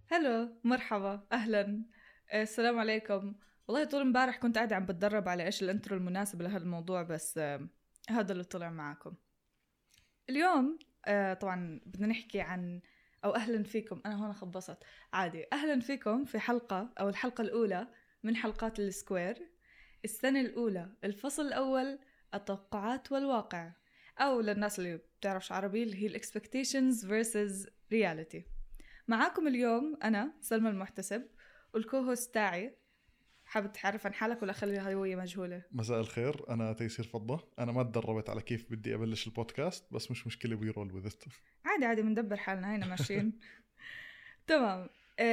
هلو، مرحبا، أهلا. السلام عليكم. والله طول امبارح كنت قاعدة عم بتدرب على إيش الانترو المناسب لهذا الموضوع، بس هذا اللي طلع معكم اليوم. طبعا بدنا نحكي عن، أو أهلا فيكم. أنا هون خبصت عادي. أهلا فيكم في حلقة، أو الحلقة الأولى من حلقات السكوير، السنة الأولى، الفصل الأول، التوقعات والواقع، أو للناس اللي بتعرفش عربي اللي هي الإكسبكتيشنز versus reality. معاكم اليوم أنا سلمى المحتسب، والكوهوست تاعي. حابب تعرف عن حالك ولا خلي الهوية مجهولة؟ مساء الخير، أنا تيسير فضة. أنا ما تدربت على كيف بدي أبلش البودكاست، بس مش مشكلة، وي رول وذ إت. عادي عادي، بندبر حالنا، هينا ماشيين. تمام.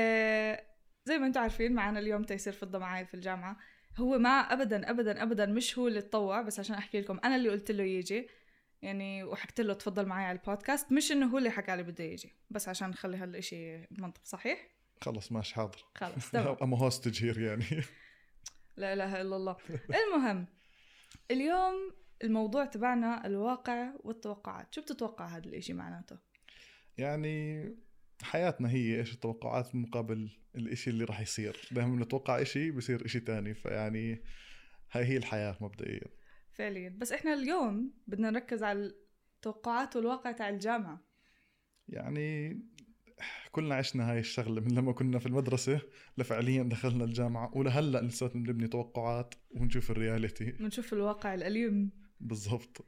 زي ما انتم عارفين معنا اليوم تيسير فضة معي في الجامعة. هو ما أبدا أبدا أبدا مش هو اللي تطوع، بس عشان أحكي لكم أنا اللي قلت له يجي يعني، وحكت له تفضل معي على البودكاست، مش إنه هو اللي حكى لي بده يجي، بس عشان نخلي هالإشي منطق صحيح. خلص ماشي حاضر. خلاص تمام. أما هوستج هير يعني. لا إله إلا الله. المهم، اليوم الموضوع تبعنا الواقع والتوقعات. شو بتتوقع هذا الاشي معناته؟ يعني حياتنا هي إيش التوقعات مقابل الإشي اللي راح يصير. دائما نتوقع إشي بيصير إشي تاني، فيعني هاي هي الحياة مبدئيا. فعليا. بس احنا اليوم بدنا نركز على التوقعات والواقع تاع الجامعة. يعني كلنا عشنا هاي الشغلة من لما كنا في المدرسة لفعليا دخلنا الجامعة، ولهلأ لساتنا بنبني توقعات ونشوف الرياليتي. بنشوف الواقع الأليم. بالضبط.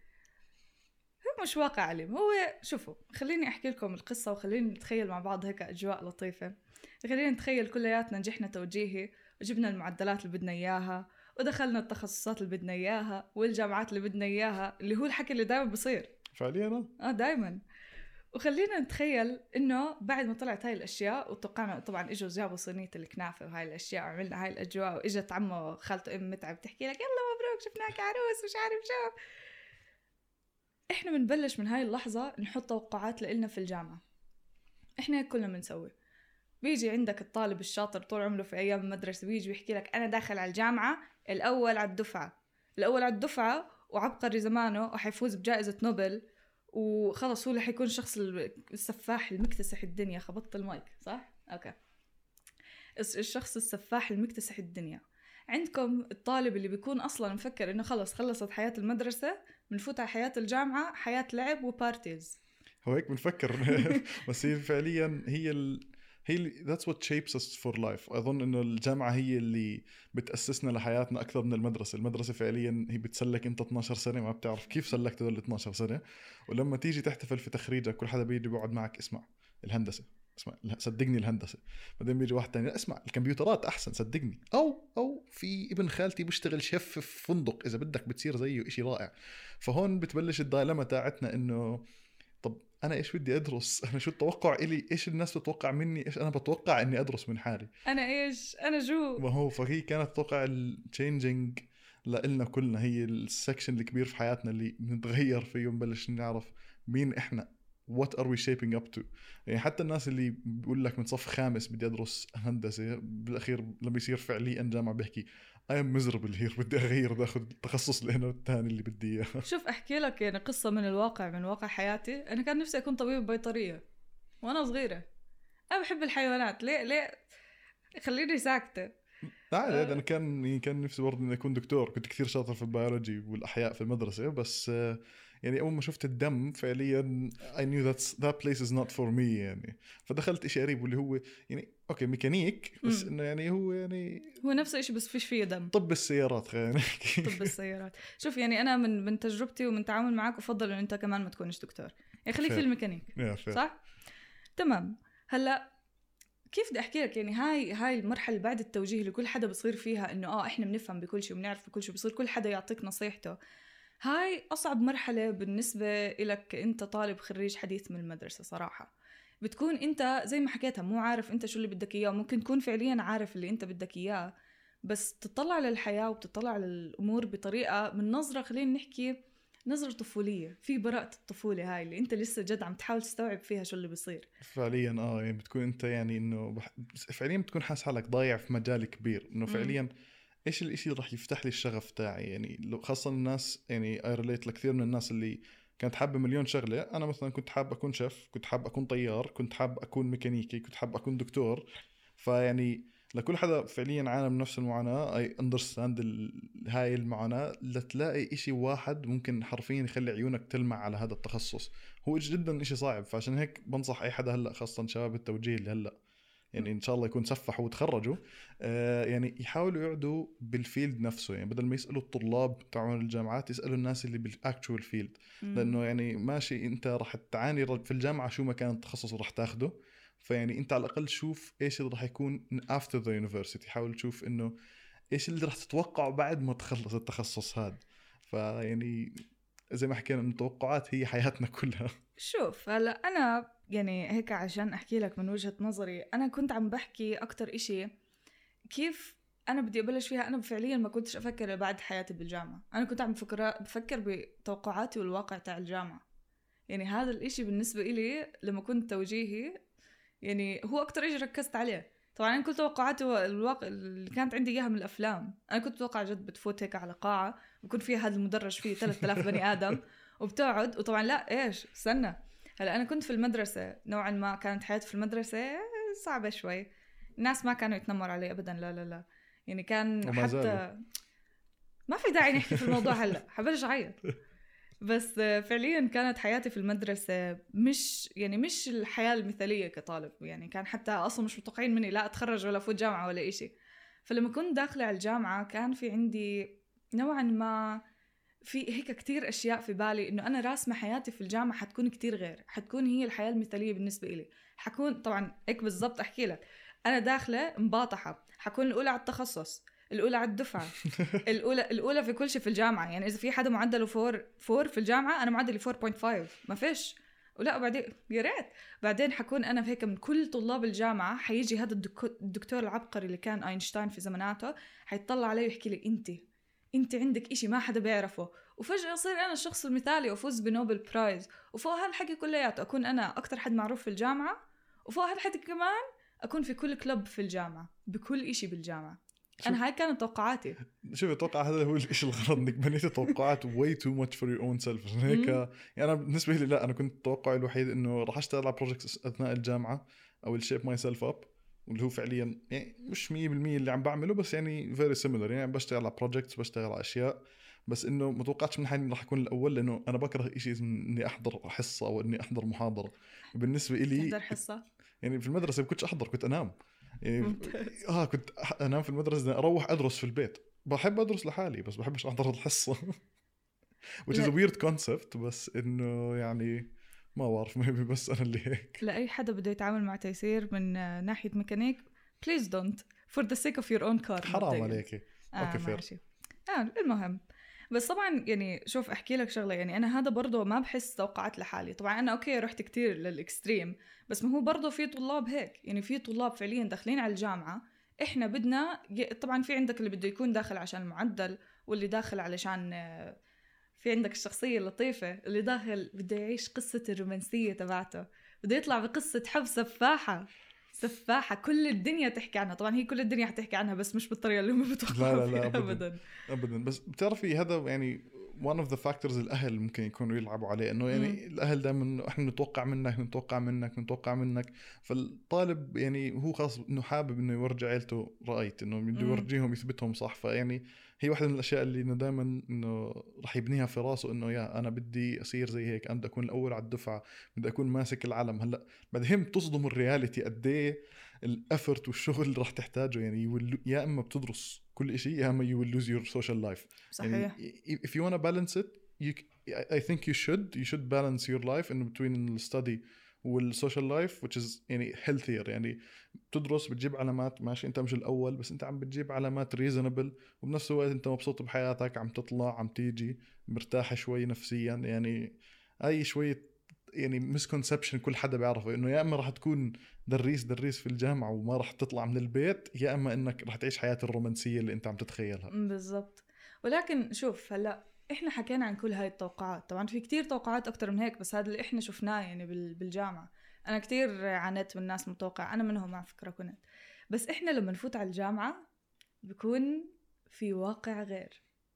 هو مش واقع أليم، هو شوفوا، خليني أحكي لكم القصة وخليني نتخيل مع بعض هيك أجواء لطيفة. خلينا نتخيل كلياتنا نجحنا توجيهي وجبنا المعدلات اللي بدنا إياها ودخلنا التخصصات اللي بدنا إياها والجامعات اللي بدنا إياها، اللي هو الحكي اللي دايما بصير. فعليا دايما. وخلينا نتخيل انه بعد ما طلعت هاي الاشياء وتوقعنا، طبعا اجوا جابوا صينيه الكنافه وهاي الاشياء وعملنا هاي الاجواء، واجت عمه خالته ام متعب تحكي لك يلا مبروك شفناك عروس مش عارف شو. احنا بنبلش من هاي اللحظه نحط توقعات لإلنا في الجامعه. احنا هيك كلنا بنسوي. بيجي عندك الطالب الشاطر طول عمره في ايام المدرسه، بيجي ويحكي لك انا داخل على الجامعه الاول على الدفعه، الاول على الدفعه وعبقري زمانه وحيفوز بجائزه نوبل، وخلص هو اللي حيكون الشخص السفاح المكتسح الدنيا. خبطت المايك صح؟ اوكي. الشخص السفاح المكتسح الدنيا. عندكم الطالب اللي بيكون اصلا مفكر انه خلص خلصت حياة المدرسة، بنفوت على حياة الجامعة، حياة لعب وبارتيز. هو هيك بنفكر. بس هي فعليا هي that's what shapes us for life. أظن إنه الجامعة هي اللي بتأسسنا لحياتنا أكثر من المدرسة. المدرسة فعليا هي بتسلك أنت 12 سنة، ما بتعرف كيف سلكت دول 12 سنة. ولما تيجي تحتفل في تخريجك كل حدا بيجي بيقعد معك، اسمع الهندسة، اسمع صدقني الهندسة. بعدين بيجي واحد تاني، اسمع الكمبيوترات أحسن صدقني، أو في ابن خالتي بيشتغل شيف في فندق، إذا بدك بتصير زيه، إشي رائع. فهون بتبلش الدايلما تاعتنا إنه طب انا ايش بدي ادرس؟ انا شو التوقع الي؟ ايش الناس بتتوقع مني؟ ايش انا بتوقع اني ادرس من حالي؟ انا ايش؟ انا جو. ما هو فهي كانت توقع التشينجينج لإلنا كلنا. هي السكشن الكبير في حياتنا اللي بنتغير فيه ونبلش نعرف مين احنا. what are we shaping up to. يعني حتى الناس اللي بيقول لك من صف خامس بدي ادرس هندسة، بالاخير لما يصير فعليا جامعة بيحكي I am miserable here، بدي اغير، بدي اخذ التخصص لانه الثاني اللي بدي اياه. شوف احكي لك يعني قصة من الواقع، من واقع حياتي. انا كان نفسي اكون طبيب بيطرية وانا صغيرة. انا بحب الحيوانات. ليه خليني ساكتة. عادي. انا كان نفسي برضه اني اكون دكتور. كنت كثير شاطر في البيولوجي والاحياء في المدرسه، بس يعني اول ما شفت الدم فعليا I knew that place is not for me يعني. فدخلت اشي قريب واللي هو يعني اوكي ميكانيك، بس انه يعني هو يعني هو نفس الشيء بس فيش فيه دم. طب السيارات خلينا نحكي. طب السيارات. شوف يعني انا من تجربتي ومن تعامل معك افضل ان انت كمان ما تكونش دكتور، يعني خليك في الميكانيك. صح. تمام. هلا كيف بدي احكي لك، يعني هاي المرحله بعد التوجيه اللي كل حدا بصير فيها انه احنا بنفهم بكل شيء وبنعرف بكل شيء، بصير كل حدا يعطيك نصيحته. هاي اصعب مرحله بالنسبه لك انت طالب خريج حديث من المدرسه صراحه. بتكون انت زي ما حكيتها مو عارف انت شو اللي بدك اياه، ممكن تكون فعليا عارف اللي انت بدك اياه، بس تطلع للحياه وبتطلع للامور بطريقه من نظره، خلينا نحكي نظرة طفولية، في براءة الطفولة هاي اللي انت لسه جد عم تحاول تستوعب فيها شو اللي بيصير فعليا. يعني بتكون انت يعني انه فعليا بتكون حاسس حالك ضايع في مجال كبير، انه فعليا ايش الاشي اللي راح يفتح لي الشغف تاعي. يعني لو خاصة الناس، يعني اي ريليت لكثير من الناس اللي كانت حابة مليون شغلة. أنا مثلا كنت حابة أكون شيف، كنت حابة أكون طيار، كنت حابة أكون ميكانيكي، كنت حابة أكون دكتور. فيعني لكل حدا فعليا عانى من نفس المعاناة. I understand هاي المعاناة. لتلاقي إشي واحد ممكن حرفيا يخلي عيونك تلمع على هذا التخصص هو جدا إشي صعب. فعشان هيك بنصح أي حدا هلأ، خاصة شباب التوجيه اللي هلأ يعني إن شاء الله يكون سفحوا وتخرجوا، يعني يحاولوا يقعدوا بالفيلد نفسه. يعني بدل ما يسألوا الطلاب تاعون الجامعات، يسألوا الناس اللي بالاكتشوال فيلد. لأنه يعني ماشي أنت رح تعاني في الجامعة شو ما كان التخصص رح تاخده، فيعني أنت على الأقل شوف إيش اللي رح يكون after the university. حاول تشوف إنه إيش اللي رح تتوقعه بعد ما تخلص التخصص هذا. فيعني زي ما حكينا إن التوقعات هي حياتنا كلها. شوف هلا أنا يعني هيك عشان أحكي لك من وجهة نظري، أنا كنت عم بحكي أكتر إشي كيف أنا بدي أبلش فيها. أنا فعليا ما كنتش أفكر بعد حياتي بالجامعة، أنا كنت عم بفكر بتوقعاتي والواقع تاع الجامعة. يعني هذا الإشي بالنسبة إلي لما كنت توجيهي يعني هو أكتر إشي ركزت عليه. طبعا أنا كل توقعاتي والواقع اللي كانت عندي إياها من الأفلام. أنا كنت أتوقع جد بتفوت هيك على قاعة بكون فيها هذا المدرج فيه 3000 بني آدم وبتقعد. وطبعا لا إيش استنى، هلا أنا كنت في المدرسة نوعا ما، كانت حياتي في المدرسة صعبة شوي. الناس ما كانوا يتنمر علي أبدا، لا لا لا. يعني كان وما زالوا. حتى ما في داعي نحكي في الموضوع هلا حبلش عيط. بس فعليا كانت حياتي في المدرسة مش الحياة المثالية كطالب. يعني كان حتى أصلا مش متوقعين مني لا أتخرج ولا أفوت جامعة ولا إشي. فلما كنت داخلة على الجامعة كان في عندي نوعا ما في هيك كتير أشياء في بالي إنه أنا راسمة حياتي في الجامعة حتكون كتير غير، حتكون هي الحياة المثالية بالنسبة إلي. حكون طبعا هيك بالضبط أحكي لك، أنا داخلة مباطحة، حكون الأولى على التخصص، الأولى على الدفعة، الأولى في كل شيء في الجامعة. يعني إذا في حدا معدله 4 في الجامعة أنا معدلي 4.5 ما فيش. ولا بعدين يا ريت بعدين حكون أنا هيك من كل طلاب الجامعة حيجي هذا الدكتور العبقري اللي كان أينشتاين في زماناته، حيطلع علي ويحكي لي أنت عندك إشي ما حدا بيعرفه. وفجأة أصير أنا الشخص المثالي وأفوز بنوبل برايز. وفوق هالحكي كلياته أكون أنا أكتر حد معروف في الجامعة. وفوق هالحكي كمان أكون في كل كلب في الجامعة بكل إشي بالجامعة. أنا هاي كانت توقعاتي. شوف اتوقع هذا هو الشيء الغلط، انك بنيت توقعات way too much for your own self. عشان هيك يعني انا بالنسبه لي لا، انا كنت توقعي الوحيد انه راح اشتغل على بروجكتس اثناء الجامعه او shape myself up، واللي هو فعليا يعني مش 100% اللي عم بعمله، بس يعني very similar. يعني بشتغل على بروجكتس، بشتغل على اشياء، بس انه ما توقعتش من حالي اني راح اكون الاول، لانه انا بكره شيء اني احضر حصه او اني احضر محاضره. بالنسبه لي تحضر حصة يعني في المدرسه ما كنتش احضر، كنت انام. يعني ممتاز. كنت انام في المدرسه، اروح ادرس في البيت. بحب ادرس لحالي بس بحبش احضر الحصه which is a لا weird concept. بس انه يعني ما بعرف maybe بس انا اللي هيك. لأي حدا بده يتعامل مع تيسير من ناحية ميكانيك please don't for the sake of your own car حرام مبدئياً. عليكي. اوكي فير. ماشي. المهم بس طبعا يعني شوف احكي لك شغله، يعني انا هذا برضه ما بحس توقعات لحالي. طبعا انا اوكي رحت كتير للاكستريم، بس ما هو برضه في طلاب هيك. يعني في طلاب فعليا داخلين على الجامعه احنا بدنا طبعا في عندك اللي بده يكون داخل عشان المعدل، واللي داخل علشان في عندك الشخصيه اللطيفه اللي داخل بده يعيش قصه الرومانسيه تبعته، بده يطلع بقصه حب سفاحة كل الدنيا تحكي عنها. طبعا هي كل الدنيا حتحكي عنها بس مش بالطريقة اللي هم لا بتوقعوا لا لا فيها ابدا ابدا. بس بتعرفي هذا يعني one of the factors الاهل ممكن يكونوا يلعبوا عليه. انه يعني الاهل دائما احنا نتوقع منك. فالطالب يعني هو خاص انه حابب انه يورجي عيلته رايت، انه بده يورجيهم يثبتهم صح. فيعني هي واحدة من الاشياء اللي انه دائما انه راح يبنيها في راسه، انه يا انا بدي اصير زي هيك، انا بدي اكون الاول على الدفعه، بدي اكون ماسك العلم. هلا بعدين بتصدم الرياليتي قد ايه الافورت والشغل اللي راح تحتاجه. يعني يا اما بتدرس كل إشي، يا اما you will lose your social life. صحيح. يعني if you want to balance it I think you should balance your life in between the study والسوشيال لايف which is يعني healthier. يعني بتدرس بتجيب علامات ماشي، انت مش الاول بس انت عم بتجيب علامات reasonable، وبنفس الوقت انت مبسوط بحياتك، عم تطلع عم تيجي مرتاح شوي نفسيا. يعني اي شوية يعني مسكونسبشن كل حدا بيعرفه، انه يا اما راح تكون دريس في الجامعة وما راح تطلع من البيت، يا اما انك راح تعيش حياة الرومانسية اللي انت عم تتخيلها. بالضبط. ولكن شوف هلا احنا حكينا عن كل هاي التوقعات، طبعا في كتير توقعات اكتر من هيك، بس هذا اللي احنا شفناه يعني بالجامعة. انا كتير عانيت من الناس متوقع، انا منهم على فكرة كنت. بس احنا لما نفوت على الجامعة بكون في واقع غير.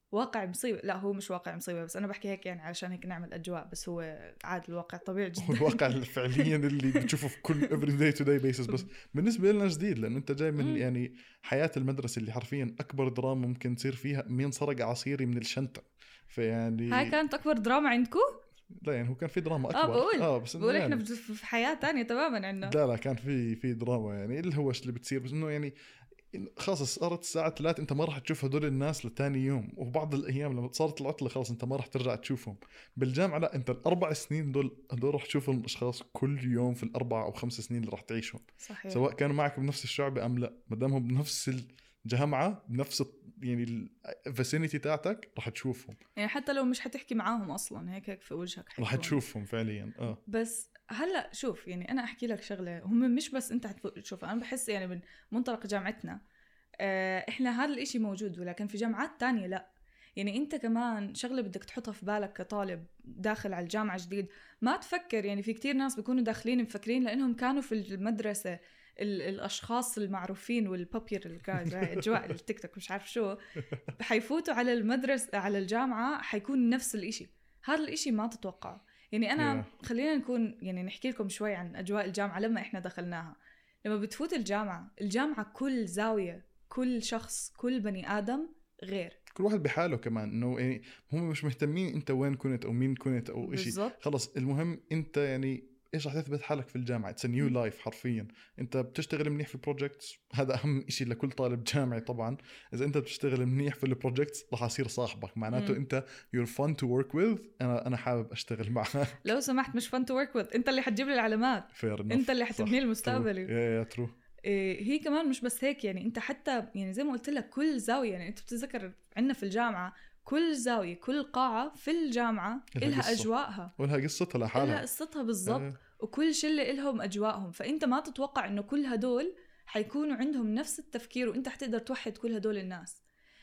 واقع مصيبة. لا هو مش واقع مصيبة، بس أنا بحكي هيك يعني علشان هيك نعمل أجواء، بس هو عاد الواقع طبيعي جدا. هو الواقع فعليا اللي بتشوفه في كل every day to day basis. بس بالنسبة لنا جديد، لأنه أنت جاي من يعني حياة المدرسة اللي حرفيا أكبر دراما ممكن تصير فيها مين سرق عصيري من الشنطة. فيعني هاي كانت أكبر دراما عندكم؟ لا يعني هو كان في دراما أكبر. بس بقول يعني إحنا في حياة تانية تماما عنا. لا كان في دراما يعني اللي هو اللي بتصير، بس إنه يعني خلاص صارت الساعة 3 انت ما راح تشوف هدول الناس لتاني يوم، وبعض الايام لما صارت العطلة خلاص انت ما راح ترجع تشوفهم. بالجامعة لا، انت ال4 سنين هدول راح تشوفهم الاشخاص كل يوم في ال4 أو 5 سنين اللي راح تعيشهم. صحيح. سواء كانوا معك بنفس الشعب ام لا، ما دامهم بنفس الجامعة بنفس يعني الفاسينيتي تاعتك راح تشوفهم. يعني حتى لو مش حتحكي معاهم اصلا، هيك في وجهك راح تشوفهم فعليا. بس هلا شوف، يعني انا احكي لك شغله، هم مش بس انت تشوف، انا بحس يعني من منطلق جامعتنا احنا هذا الاشي موجود، ولكن في جامعات تانية لا. يعني انت كمان شغله بدك تحطها في بالك كطالب داخل على الجامعه جديد، ما تفكر يعني في كتير ناس بيكونوا داخلين مفكرين لانهم كانوا في المدرسه الاشخاص المعروفين والبوبير اجواء التيك توك مش عارف شو، حيفوتوا على المدرسه على الجامعه حيكون نفس الاشي. هذا الاشي ما تتوقعه. يعني انا خلينا نكون يعني نحكي لكم شوي عن اجواء الجامعه لما احنا دخلناها. لما بتفوت الجامعه كل زاويه، كل شخص، كل بني ادم غير، كل واحد بحاله كمان. انه يعني هم مش مهتمين انت وين كنت او مين كنت او اشي، خلص المهم انت يعني ايش رح تثبت حالك في الجامعة. It's a new life حرفيا. انت بتشتغل منيح في projects، هذا اهم اشي لكل طالب جامعي طبعا. اذا انت بتشتغل منيح في البروجكتس رح يصير صاحبك، معناته انت you're fun to work with. انا حابب اشتغل معك. لو سمحت مش fun to work with، انت اللي حتجيب لي العلامات، انت اللي حتبني المستقبلي. يا ترو. هي كمان مش بس هيك، يعني انت حتى يعني زي ما قلت لك كل زاوية، يعني انت بتتذكر عندنا في الجامعة كل زاوية كل قاعة في الجامعة إلها أجواءها ولها قصتها لحالها، إلها قصتها بالضبط. وكل شلة إلهم أجواءهم، فأنت ما تتوقع إنه كل هدول حيكونوا عندهم نفس التفكير وأنت حتقدر توحد كل هدول الناس.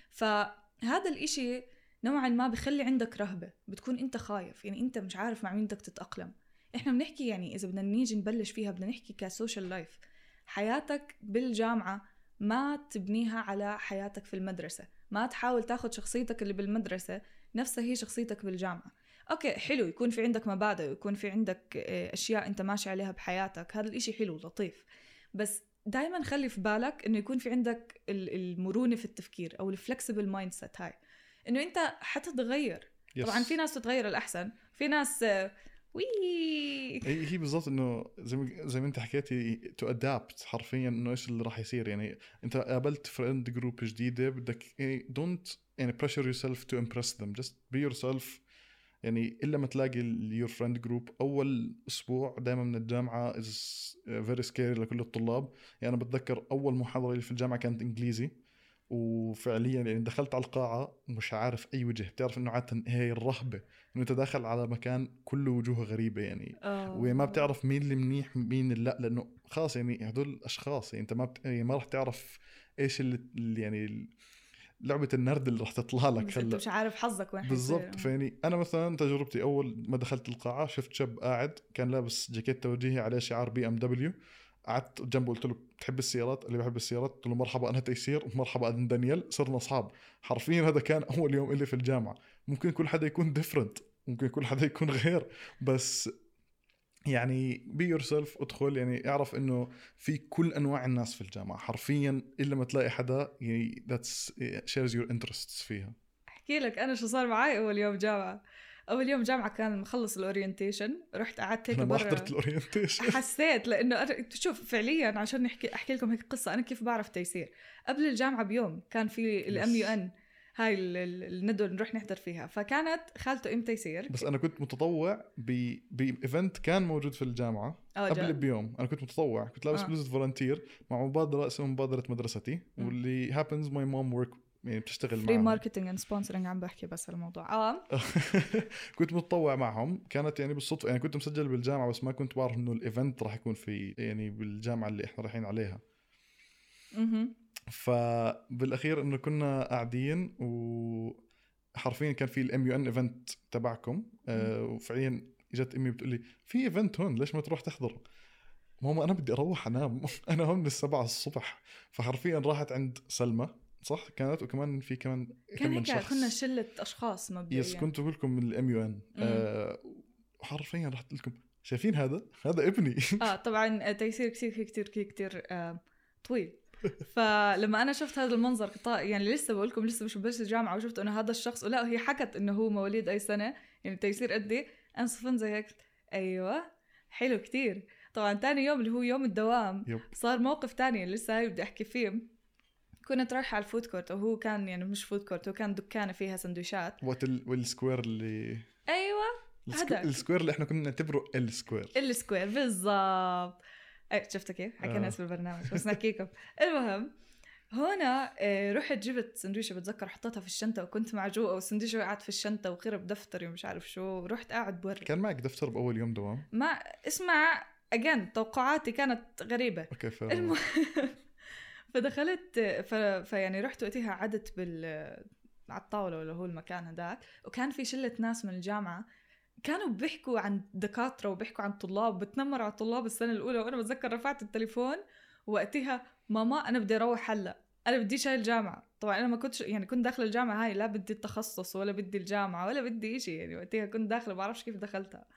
فهذا الإشي نوعا ما بخلي عندك رهبة، بتكون أنت خايف، يعني أنت مش عارف مع مين بدك تتأقلم. إحنا بنحكي يعني إذا بدنا نيجي نبلش فيها بدنا نحكي كسوشيال لايف. حياتك بالجامعة ما تبنيها على حياتك في المدرسة، ما تحاول تاخد شخصيتك اللي بالمدرسة نفسها هي شخصيتك بالجامعة. أوكي حلو يكون في عندك مبادئ ويكون في عندك أشياء أنت ماشي عليها بحياتك، هذا الإشي حلو لطيف، بس دايما خلي في بالك إنه يكون في عندك المرونة في التفكير أو الفلكسبل مايند سيت، هاي إنه أنت حتتغير. طبعا في ناس تتغير الأحسن، في ناس هي بالضبط انه زي ما انت حكيتي تو ادابت حرفيا انه ايش اللي راح يصير. يعني انت قابلت فريند جروب جديده، بدك دونت يعني pressure yourself to impress them, just be yourself. يعني الا ما تلاقي your friend group اول اسبوع دائما من الجامعه is very scary لكل الطلاب. يعني انا بتذكر اول محاضره لي في الجامعه كانت انجليزي، وفعليا يعني دخلت على القاعة مش عارف أي وجه. بتعرف إنه عادة هي الرهبة إنه أنت داخل على مكان كله وجوه غريبة يعني وما بتعرف مين اللي منيح مين اللي لا، لأنه خلاص يعني هدول أشخاص يعني أنت يعني ما راح تعرف إيش اللي يعني لعبة النرد اللي راح تطلع لك. أنت مش عارف حظك وين بالضبط. فيعني أنا مثلا تجربتي أول ما دخلت القاعة شفت شاب قاعد كان لابس جاكيت توجيهي عليه شعار BMW. قعدت جنبه قلت له بتحب السيارات؟ اللي بحب السيارات. قلت له مرحبا أنا تيسير ومرحبا أنا دانيال. صرنا أصحاب حرفيا. هذا كان أول يوم إلي في الجامعة. ممكن كل حدا يكون different، ممكن كل حدا يكون غير، بس يعني be yourself. ادخل يعني اعرف إنه في كل أنواع الناس في الجامعة حرفيا، إلا ما تلاقي حدا يعني that's shares your interests فيها. أحكي لك أنا شو صار معي أول يوم جامعة. أول يوم جامعة كان مخلص الأورينتيشن، رحت قعدت هيك برا. أنا ما حضرت الأورينتيشن. حسيت لأنه شوف فعليا عشان أحكي لكم هيك قصة. أنا كيف بعرف تيسير؟ قبل الجامعة بيوم كان في MUN هاي الندوة نروح نحضر فيها، فكانت خالته تيسير. بس أنا كنت متطوع بإيفنت كان موجود في الجامعة قبل بيوم. أنا كنت متطوع، كنت لابس بلوزة فولنتير مع مبادرة اسمها مبادرة مدرستي، واللي happens my mom work يعني بتشتغل معهم. فري ماركتينج اند سبونسرنج عم بحكي بس الموضوع. كنت متطوع معهم. كانت يعني بالصدفة يعني كنت مسجل بالجامعة بس ما كنت بعرف إنه الإيفنت راح يكون في يعني بالجامعة اللي إحنا رايحين عليها. فبالأخير إنه كنا قاعدين وحرفيا كان في الMUN إيفنت تبعكم. وفعليا إجت أمي بتقول لي في إيفنت هون ليش ما تروح تحضره؟ ماما أنا بدي أروح أنام. أنا هم من 7 الصبح. فحرفيا راحت عند سلمى. صح كانت، وكمان في كمان كان 8 هيك شخص. كنا شلة أشخاص مبدئيا. يس كنت أقول لكم من الMUN. حرفيا رحت لكم شايفين هذا ابني. طبعا تيسير كتير طويل. فلما انا شفت هذا المنظر يعني لسه بقول لكم لسه مش ببلش الجامعه وشفت انه هذا الشخص، ولا هي حكت انه هو مواليد اي سنه، يعني تيسير قدي، انا صفن زي هيك ايوه حلو كتير. طبعا تاني يوم اللي هو يوم الدوام صار موقف تاني اللي لسه هاي بدي احكي فيه. كنت رايحه على الفود كورت، وهو كان يعني مش فود كورت، هو كان دكانه فيها سندويشات والسكوير اللي ايوه السكوير اللي احنا كنا نعتبره السكوير بالضبط. شفتوا كيف حكينا اسم البرنامج بس نحكيكم. المهم هنا رحت جبت سندويشة، بتذكر حطيتها في الشنطة وكنت معجوقة، والسندويشة وقعت في الشنطة وخرب دفتري ومش عارف شو. رحت قاعد برا. كان معك دفتر بأول يوم دوام؟ ما اسمع أجان توقعاتي كانت غريبة. اوكي فدخلت فيعني رحت وقتها عدت على الطاولة ولا هو المكان هداك، وكان في شلة ناس من الجامعة كانوا بيحكوا عن دكاترة وبيحكوا عن طلاب، بتنمر على الطلاب السنة الأولى. وأنا بتذكر رفعت التليفون وقتها ماما أنا بدي أروح هلا، أنا بدي شاي الجامعة. طبعا أنا ما كنتش يعني كنت داخل الجامعة هاي لا بدي التخصص ولا بدي الجامعة ولا بدي إشي، يعني وقتها كنت داخلة بعرفش كيف دخلتها.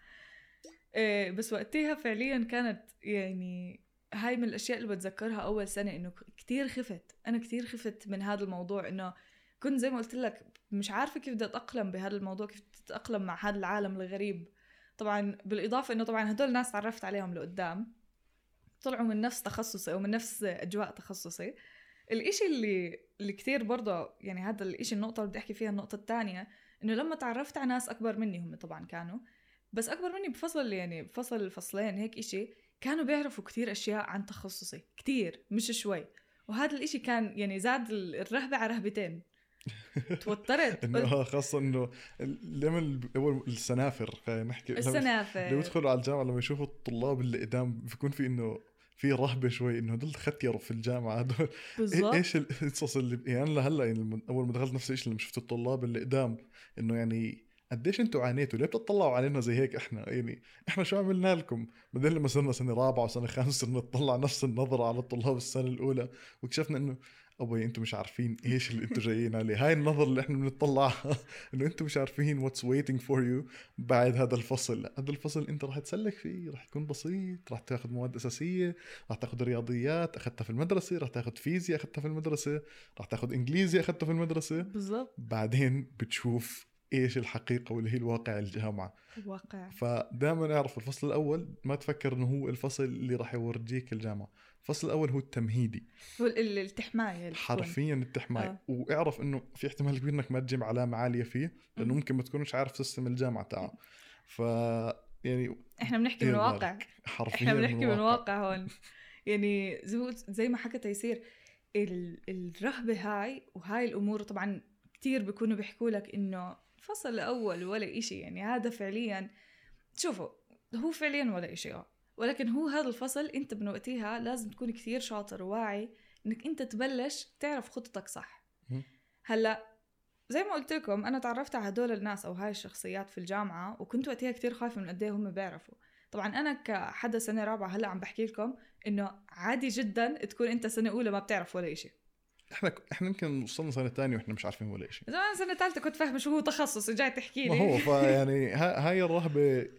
بس وقتها فعليا كانت يعني هاي من الأشياء اللي بتذكرها أول سنة، إنه كتير خفت. أنا كتير خفت من هذا الموضوع، إنه كنت زي ما قلت لك مش عارفة كيف بدي أتأقلم بهذا الموضوع، كيف تتأقلم مع هذا العالم الغريب. طبعا بالإضافة إنه طبعا هدول الناس تعرفت عليهم لقدام طلعوا من نفس تخصصي أو من نفس أجواء تخصصي. الإشي اللي كتير برضه يعني هذا الإشي النقطة اللي بدي أحكي فيها، النقطة الثانية، إنه لما تعرفت على ناس أكبر مني، هم طبعا كانوا بس أكبر مني بفصل، يعني بفصل فصلين هيك إشي، كانوا بيعرفوا كتير أشياء عن تخصصي كتير مش شوي. وهذا الإشي كان يعني زاد الرهبة على رهبتين. توترت انه خاصه انه لما اول السنافر خلينا نحكي السنافر اللي بيدخلوا على الجامعه لما يشوفوا الطلاب اللي قدام بيكون في انه في رهبه شوي انه هدول ختيروا في الجامعه هدول. ايش القصص اللي يعني لهلا يعني اول ما دخلت نفس الشيء لما شفت الطلاب اللي قدام انه يعني قديش انتوا عانيتوا، ليه بتطلعوا علينا زي هيك؟ احنا يعني احنا شو عملنا لكم؟ بعدين لما صرنا سنه رابعه وسنه خامسه صرنا نطلع نفس النظره على الطلاب السنه الاولى، واكتشفنا انه أبوي أنتم مش عارفين إيش اللي أنتم جايين عليه. هاي النظر اللي إحنا بنطلعها إنه أنتم مش عارفين what's waiting for you بعد هذا الفصل. هذا الفصل أنت راح تسلك فيه، راح يكون بسيط، راح تاخذ مواد أساسية، راح تاخذ رياضيات أخذتها في المدرسة، راح تاخذ فيزياء أخذتها في المدرسة، راح تاخذ إنجليزي أخذته في المدرسة. بالضبط. بعدين بتشوف إيش الحقيقة واللي هي الواقع الجامعة. واقع. فدائما أعرف الفصل الأول ما تفكر إنه هو الفصل اللي راح يورجيك الجامعة. الفصل الأول هو التمهيدي، هو التحماية حرفيا التحماية. واعرف إنه في احتمال كبير إنك ما تجيب علامة عالية فيه لأنه ممكن ما تكونش عارف سيستم الجامعة تاعه. يعني إحنا بنحكي من واقع، حرفيا إحنا بنحكي من واقع هون. يعني زي ما حكى تيسير، الرهبة هاي وهاي الأمور طبعا كتير بيكونوا بيحكوا لك إنه فصل الأول ولا إشي، يعني هذا فعليا شوفوا هو فعليا ولا إشي ولكن هو هذا الفصل انت من وقتها لازم تكون كثير شاطر وواعي انك انت تبلش تعرف خطتك صح. هلا زي ما قلت لكم انا تعرفت على هدول الناس او هاي الشخصيات في الجامعه، وكنت وقتها كثير خايفه من قد ايه هم بيعرفوا. طبعا انا كحدا سنه رابعه هلا عم بحكي لكم انه عادي جدا تكون انت سنه اولى ما بتعرف ولا شيء. احنا يمكن وصلنا سنه ثانيه واحنا مش عارفين ولا شيء. زمان سنه ثالثه كنت فاهمه شو هو تخصص جاي تحكي لي. ما هو فيعني هاي الرهبه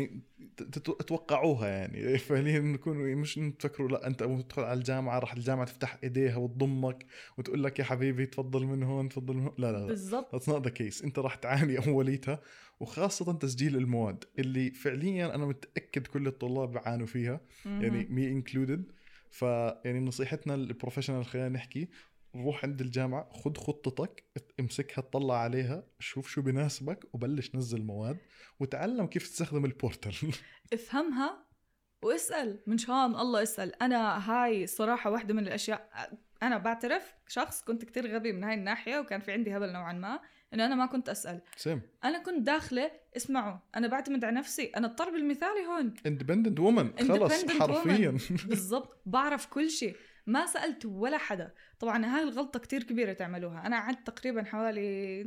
تتوقعوها يعني فعليا نكون مش نفكروا لا انت اول ما تدخل على الجامعه راح الجامعه تفتح ايديها وتضمك وتقول لك يا حبيبي تفضل من هون تفضل من هون. لا بالضبط. that's not the case. انت راح تعاني اوليتها، وخاصه تسجيل المواد اللي فعليا انا متاكد كل الطلاب بيعانوا فيها يعني me included. فيعني نصيحتنا البروفيشنال خلينا نحكي، روح عند الجامعة خد خطتك امسكها اطلع عليها شوف شو بناسبك وبلش نزل مواد وتعلم كيف تستخدم البورتال. افهمها واسأل من شان الله اسأل. أنا هاي صراحة واحدة من الأشياء، أنا بعترف شخص كنت كتير غبي من هاي الناحية وكان في عندي هبل نوعا ما إنه أنا ما كنت أسأل. أنا كنت داخلة اسمعوا أنا بعتمد على نفسي، أنا الطرب المثالي هون independent woman خلص حرفيا. بالضبط بعرف كل شيء ما سألت ولا حدا. طبعا هاي الغلطة كتير كبيرة تعملوها. أنا قعدت تقريبا حوالي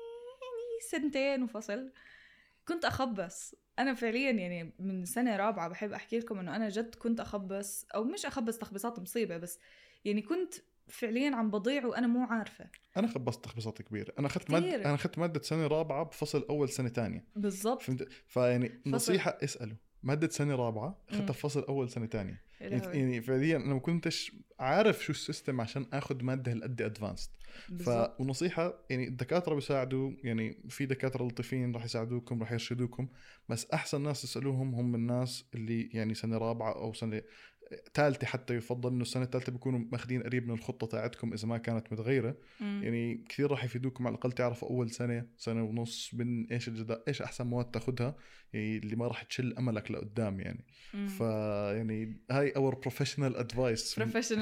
2 وفصل كنت أخبص. أنا فعليا يعني من سنة رابعة بحب أحكي لكم إنه أنا جد كنت أخبص أو مش أخبص تخبصات مصيبة، بس يعني كنت فعليا عم بضيع وانا مو عارفه. انا خبصت تخبيصات كبيره. انا اخذت ماده سنه رابعه بفصل اول سنه ثانيه بالضبط. فهمت. فيعني نصيحه اساله ماده سنه رابعه اخذتها بفصل اول سنه ثانيه. يعني فعليا انا ما كنتش عارف شو السيستم عشان اخذ ماده هالقد ادفانسد. ونصيحه يعني الدكاتره بيساعدوا، يعني في دكاتره لطيفين راح يساعدوكم راح يرشدوكم، بس احسن ناس تسالوهم هم الناس اللي يعني سنه رابعه او سنه ثالثه. حتى يفضل انه السنه الثالثه بيكونوا ماخذين قريب من الخطه تاعتكم اذا ما كانت متغيره. يعني كثير راح يفيدوكم على الاقل تعرفوا اول سنه ونص من ايش ايش احسن مواد تاخذها، يعني اللي ما راح تشل املك لقدام يعني. فيعني هاي اور بروفيشنال ادفايس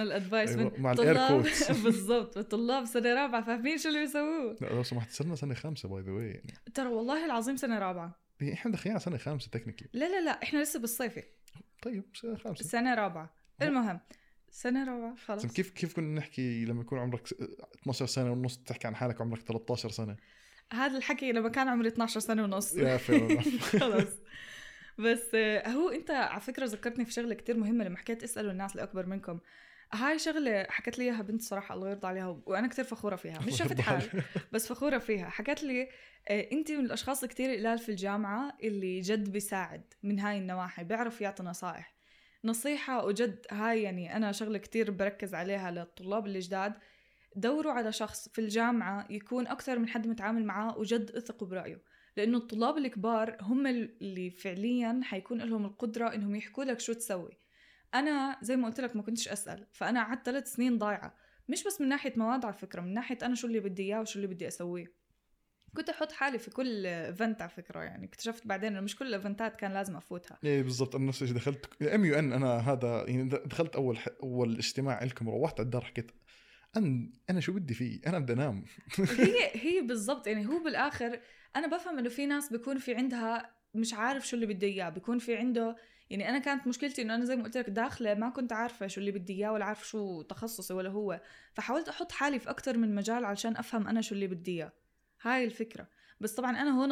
مع الاير كوتس. بالضبط. الطلاب سنه رابعه فاهمين شو اللي بيسووه. لا لو سمحت صرنا سنه خامسه باي ذا واي يعني. ترى والله العظيم سنه رابعه. يعني احنا داخلين على سنه خامسه تكنيكلي. لا احنا لسه بالصيفي. طيب سنه خامسه سنه رابعه. المهم سنه رابعه خلاص. كيف كنا نحكي لما يكون عمرك 12 سنه ونص تحكي عن حالك عمرك 13 سنه؟ هذا الحكي لما كان عمري 12 سنه ونص. يا فعلا. خلاص. بس هو انت على فكره ذكرتني في شغله كتير مهمه لما حكيت اسالوا الناس اللي اكبر منكم. هاي شغله حكت لي اياها بنت صراحه الله يرضى عليها وانا كتير فخوره فيها. مش شفت حال بس فخوره فيها. حكت لي انت من الاشخاص كتير قلال في الجامعه اللي جد بيساعد من هاي النواحي، بيعرف يعطي نصيحه وجد. هاي يعني انا شغله كتير بركز عليها للطلاب اللي جداد. دوروا على شخص في الجامعه يكون اكثر من حد متعامل معاه وجد اثقوا برايه، لانه الطلاب الكبار هم اللي فعليا حيكون لهم القدره انهم يحكوا لك شو تسوي. انا زي ما قلت لك ما كنتش اسال، فانا قعدت 3 سنين ضايعه، مش بس من ناحيه مواد على فكره، من ناحيه انا شو اللي بدي اياه وشو اللي بدي اسويه. كنت احط حالي في كل ايفنت على فكره، يعني اكتشفت بعدين انه مش كل الايفنتات كان لازم افوتها. ايه بالضبط. انا نفس الشيء دخلت MUN. انا هذا يعني دخلت اول اجتماع لكم، روحت على الدار حكيت انا شو بدي فيه، انا بدي انام. هي بالضبط. يعني هو بالاخر انا بفهم انه في ناس بيكون في عندها مش عارف شو اللي بدي اياه، بيكون في عنده يعني انا كانت مشكلتي انه انا زي ما قلت لك داخله ما كنت عارفه شو اللي بدي اياه ولا عارف شو تخصصي ولا هو، فحاولت احط حالي في اكتر من مجال علشان افهم انا شو اللي بدي اياه. هاي الفكره. بس طبعا انا هون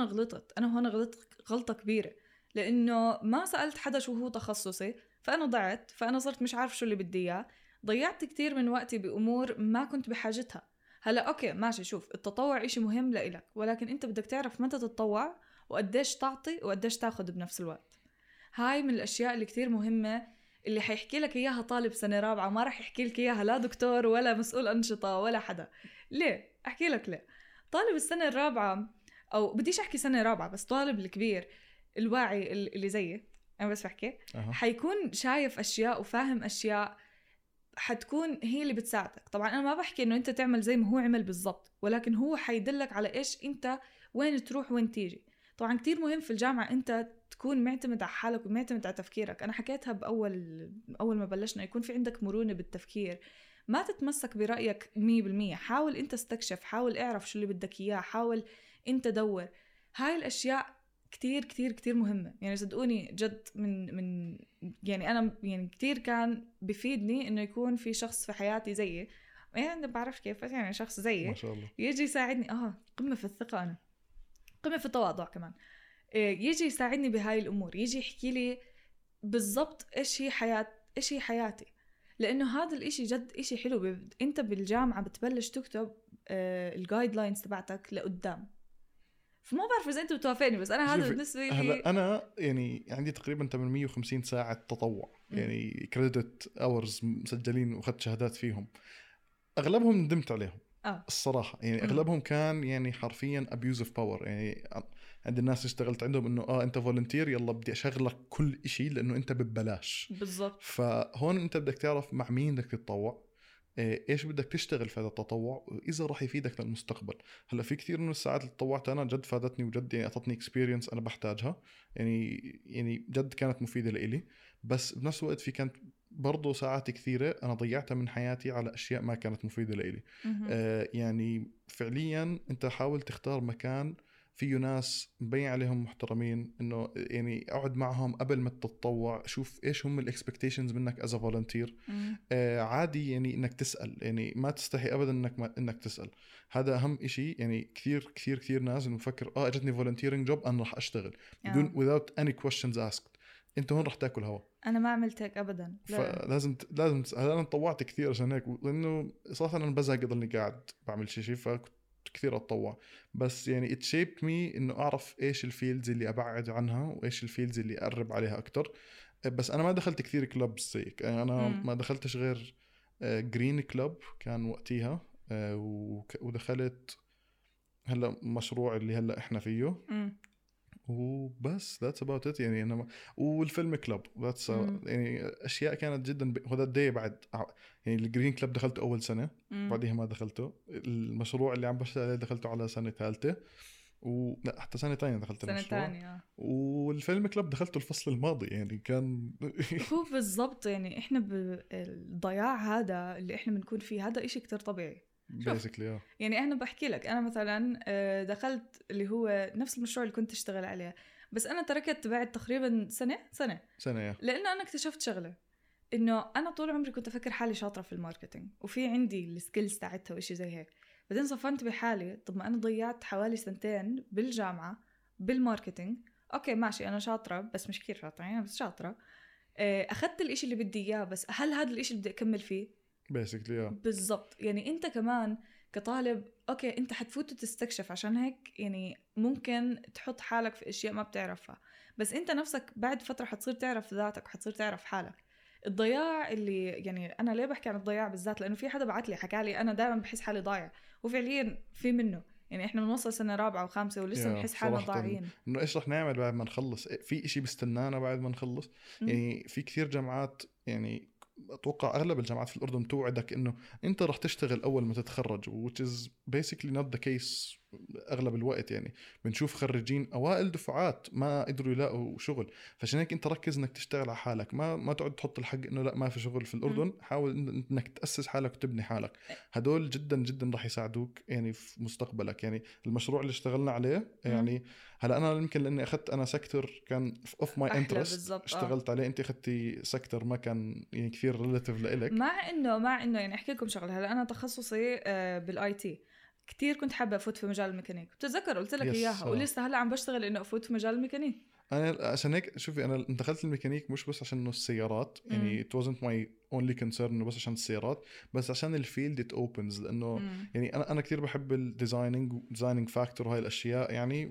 غلطت غلطه كبيره، لانه ما سالت حدا شو هو تخصصي، فانا ضعت، فانا صرت مش عارف شو اللي بدي اياه. ضيعت كتير من وقتي بامور ما كنت بحاجتها. هلا اوكي ماشي، شوف التطوع إشي مهم لإلك، ولكن انت بدك تعرف متى تتطوع وقديش تعطي وقديش تاخد بنفس الوقت. هاي من الاشياء اللي كتير مهمه، اللي حيحكي لك اياها طالب سنه رابعه ما راح يحكي لك اياها لا دكتور ولا مسؤول انشطه ولا حدا. ليه؟ احكي لك ليه. طالب السنه الرابعه، او بديش احكي سنه رابعه، بس طالب الكبير الواعي اللي زيي انا بس بحكي حيكون شايف اشياء وفاهم اشياء حتكون هي اللي بتساعدك. طبعا أنا ما بحكي إنه أنت تعمل زي ما هو عمل بالضبط، ولكن هو حيدلك على إيش أنت وين تروح وين تيجي. طبعا كتير مهم في الجامعة أنت تكون معتمد على حالك ومعتمد على تفكيرك. أنا حكيتها أول ما بلشنا، يكون في عندك مرونة بالتفكير، ما تتمسك برأيك 100%. حاول أنت استكشف، حاول اعرف شو اللي بدك إياه، حاول أنت دور. هاي الأشياء كتير كتير كتير مهمة. يعني صدقوني جد من يعني أنا يعني كتير كان بفيدني إنه يكون في شخص في حياتي زيي، يعني بعرف كيف، يعني شخص زيي ما شاء الله يجي يساعدني. قمة في الثقة، أنا قمة في التواضع كمان. يجي يساعدني بهاي الأمور، يجي يحكي لي بالضبط إيش هي حياتي، لأنه هذا الإشي جد إشي حلو. أنت بالجامعة بتبلش تكتب الجايد لاينز تبعتك لقدام. فما بعرف إذا أنت بتوافقني، بس أنا هذا بالنسبة لي. هلا أنا يعني عندي تقريبا 850 ساعة تطوع، يعني كريدت أورز مسجلين وأخذت شهادات فيهم. أغلبهم ندمت عليهم الصراحة. يعني أغلبهم كان يعني حرفيا abuse of power. يعني عند الناس اشتغلت عندهم إنه أنت فولنتير يلا بدي أشغلك كل إشي لأنه أنت ببلاش. بالضبط. فهون أنت بدك تعرف مع مين بدك تتطوع، ايش بدك تشتغل في هذا التطوع واذا راح يفيدك للمستقبل. هلا في كثير من الساعات اللي تطوعت انا جد فادتني وجد يعني اعطتني اكسبيرينس انا بحتاجها، يعني جد كانت مفيده لإلي. بس بنفس الوقت في كانت برضو ساعات كثيره انا ضيعتها من حياتي على اشياء ما كانت مفيده لإلي. يعني فعليا انت حاول تختار مكان فيه ناس مبين عليهم محترمين، انه يعني اقعد معهم قبل ما تتطوع، شوف ايش هم الاكسبكتيشنز منك از فولنتير. عادي يعني انك تسال، يعني ما تستحي ابدا انك تسال. هذا اهم إشي. يعني كثير كثير كثير ناس انه بفكر اجتني فولنتيرنج جوب انا راح اشتغل بدون without any questions asked. انت هون رح تاكل هوا. انا ما عملت هيك ابدا. فلازم هلا انا طوعت كثير عشان هيك، لانه صراحه انا بزهق اضلني قاعد بعمل شيء فكنت كثير اتطوع. بس يعني it shaped me انه اعرف ايش الفيلدز اللي ابعد عنها وايش الفيلدز اللي اقرب عليها اكثر. بس انا ما دخلت كثير كلوبز زيك، يعني انا ما دخلتش غير جرين كلوب كان وقتها، ودخلت هلا مشروع اللي هلا احنا فيه وبس. that's about it يعني. انا والفيلم كلوب that's يعني اشياء كانت جدا هذا الدي بعد يعني. الجرين كلوب دخلته اول سنه، بعدها ما دخلته. المشروع اللي عم بشتغل عليه دخلته على سنه ثالثه، لا حتى سنه ثانيه دخلت سنة المشروع. تانية. والفيلم كلوب دخلته الفصل الماضي يعني كان هو بالضبط يعني احنا بالضياع هذا اللي احنا بنكون فيه هذا إشي كتير طبيعي بيسكلي. يعني انا بحكي لك، انا مثلا دخلت اللي هو نفس المشروع اللي كنت اشتغل عليه، بس انا تركت بعد تقريبا سنه لانه انا اكتشفت شغله، انه انا طول عمري كنت افكر حالي شاطره في الماركتينج وفي عندي السكيلز تاعتها وإشي زي هيك. بعدين صفنت بحالي طب ما انا ضيعت حوالي 2 بالجامعه بالماركتينج. اوكي ماشي انا شاطره بس مش كتير شاطره يعني، بس شاطره. اخذت الإشي اللي بدي اياه، بس هل هذا الإشي اللي بدي اكمل فيه؟ بيسكلي بالضبط. يعني انت كمان كطالب اوكي انت حتفوت وتستكشف، عشان هيك يعني ممكن تحط حالك في اشياء ما بتعرفها، بس انت نفسك بعد فترة حتصير تعرف ذاتك وحتصير تعرف حالك. الضياع اللي يعني انا ليه بحكي عن الضياع بالذات، لانه في حدا بعت لي حكى لي انا دائما بحس حالي ضايع، وفعليا في منه يعني. احنا بنوصل سنة 4 و5 ولسه بنحس حالنا ضايعين، انه ايش رح نعمل بعد ما نخلص، في اشي بستنانا بعد ما نخلص. يعني في كثير جامعات يعني اتوقع اغلب الجامعات في الاردن توعدك انه انت رح تشتغل اول ما تتخرج، which is basically not the case اغلب الوقت. يعني بنشوف خريجين اوائل دفعات ما قدروا يلاقوا شغل، فعشان هيك انت ركز انك تشتغل على حالك، ما تقعد تحط الحق انه لا ما في شغل في الاردن. حاول انك تاسس حالك وتبني حالك، هدول جدا جدا رح يساعدوك يعني في مستقبلك. يعني المشروع اللي اشتغلنا عليه يعني هلا انا يمكن لاني اخذت انا سيكتور كان اوف ماي انترست اشتغلت عليه، انت اخذتي سيكتور ما كان يعني كثير ريلاتيف لإلك. مع انه يعني احكي لكم شغله. هلا انا تخصصي بالاي تي، كتير كنت حابة أفوت في مجال الميكانيك، بتتذكر قلت لك إياها ولسه هلا عم بشتغل إنه أفوت في مجال الميكانيك. أنا عشان هيك شوفي أنا دخلت الميكانيك مش بس عشان إنه السيارات يعني it wasn't my only concern إنه بس عشان السيارات، بس عشان الفيلد it opens. لأنه يعني أنا كتير بحب الديزايننج فاكتور وهاي الأشياء يعني.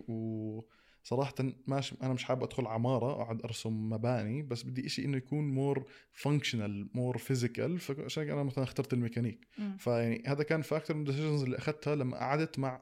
وصراحة أنا مش حابب أدخل عمارة أقعد أرسم مباني، بس بدي إشي إنه يكون مور فانكشنال مور فيزيكال، فعشان أنا مثلا اخترت الميكانيك. فيعني هذا كان فاكتور من الديسيجنز اللي أخذتها لما قعدت مع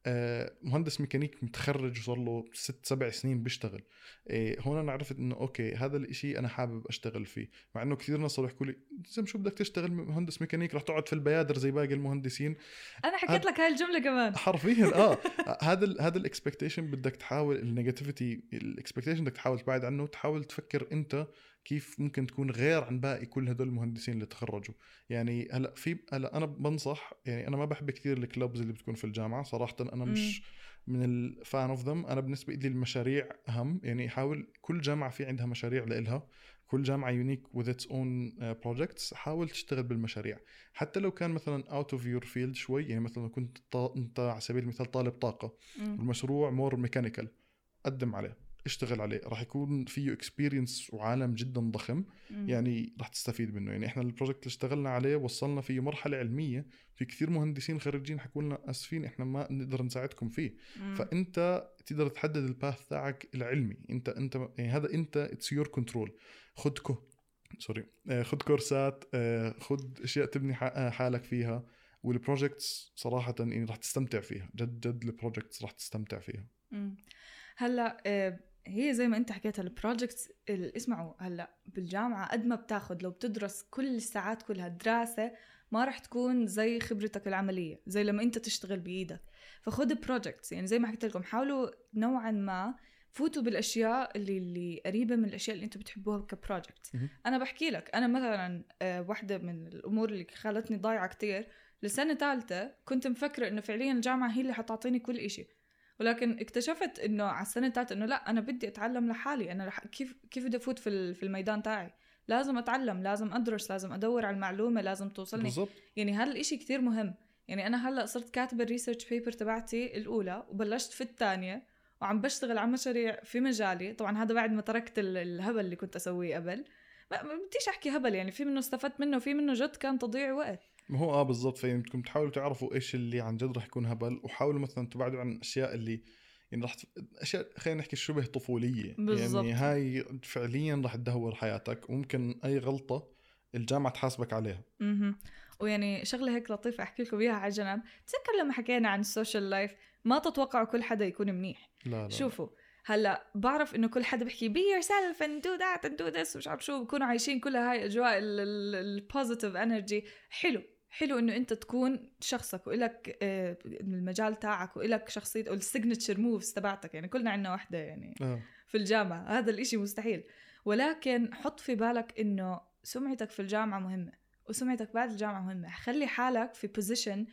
مهندس ميكانيك متخرج وصار له 6-7 سنين بيشتغل. هون أنا عرفت إنه أوكي هذا الإشي أنا حابب أشتغل فيه. مع إنه كثير ناس صاروا يحكوا لي زين شو بدك تشتغل مهندس ميكانيك رح تقعد في البيادر زي باقي المهندسين. أنا حكيت لك هاي الجملة كمان حرفيا هذا الإكسبكتيشن بدك تحاول النيجاتيفيتي الإكسبكتيشن بدك تحاول تبعد عنه، وتحاول تفكر أنت كيف ممكن تكون غير عن باقي كل هدول المهندسين اللي تخرجوا. يعني هلا انا بنصح يعني انا ما بحب كثير الكلوبز اللي بتكون في الجامعه صراحه، انا مش من الفان اوف ذم. انا بالنسبه لي المشاريع اهم. يعني حاول كل جامعه في عندها مشاريع لإلها، كل جامعه يونيك with its own projects. حاول تشتغل بالمشاريع حتى لو كان مثلا out of your field شوي. يعني مثلا كنت انت على سبيل المثال طالب طاقه والمشروع مور ميكانيكال، قدم عليه اشتغل عليه، راح يكون فيه اكسبيرينس وعالم جدا ضخم يعني راح تستفيد منه. يعني احنا البروجكت اللي اشتغلنا عليه وصلنا فيه مرحلة علمية، في كثير مهندسين خريجين حكوا لنا اسفين احنا ما نقدر نساعدكم فيه. فانت تقدر تحدد الباث تاعك العلمي. انت يعني هذا انت اتس يور كنترول. خد كورسات، خد اشياء تبني حالك فيها. والبروجكتس صراحة يعني راح تستمتع فيها جد البروجكتس راح تستمتع فيها. هلا هي زي ما انت حكيت البروجكتس اسمعوا هلا بالجامعه قد ما بتاخد لو بتدرس كل الساعات كلها دراسه ما راح تكون زي خبرتك العمليه زي لما انت تشتغل بايدك. فخد بروجكتس يعني زي ما حكيت لكم، حاولوا نوعا ما فوتوا بالاشياء اللي قريبه من الاشياء اللي انتم بتحبوها كبروجكت. انا بحكي لك انا مثلا واحدة من الامور اللي خلتني ضايعه كتير لسنه ثالثه كنت مفكره انه فعليا الجامعه هي اللي حتعطيني كل إشي، ولكن اكتشفت انه على السنه الثالثه انه لا انا بدي اتعلم لحالي. انا كيف بدي افوت في الميدان تاعي، لازم اتعلم، لازم ادرس، لازم ادور على المعلومه، لازم توصلني بالزبط. يعني هذا الاشي كتير مهم. يعني انا هلا صرت كاتبه الريسيرش بيبر تبعتي الاولى وبلشت في الثانيه وعم بشتغل على مشاريع في مجالي. طبعا هذا بعد ما تركت الهبل اللي كنت أسويه قبل. ما بديش أحكي هبل يعني، في منه استفدت منه وفي منه جد كان تضييع وقت. ما هو بالضبط. فين بدكم تحاولوا تعرفوا ايش اللي عن جد رح يكون هبل، وحاولوا مثلا تبعدوا عن الاشياء اللي يعني اشياء خلينا نحكي شبه طفوليه. بالزبط. يعني هاي فعليا رح تدهور حياتك، وممكن اي غلطه الجامعه تحاسبك عليها. ويعني شغله هيك لطيفه احكي لكم اياها على جنب. تذكر لما حكينا عن السوشيال لايف، ما تتوقعوا كل حدا يكون منيح. لا شوفوا هلا بعرف انه كل حدا بيحكي be yourself and do that and do this مش عارف شو، بكونوا عايشين كل هاي اجواء البوزيتيف انرجي. حلو انه انت تكون شخصك وإلك المجال تاعك وإلك شخصية او السيجنتشر موفز تبعتك. يعني كلنا عنا واحدة يعني في الجامعة، هذا الاشي مستحيل. ولكن حط في بالك انه سمعتك في الجامعة مهمة وسمعتك بعد الجامعة مهمة. خلي حالك في بوزيشن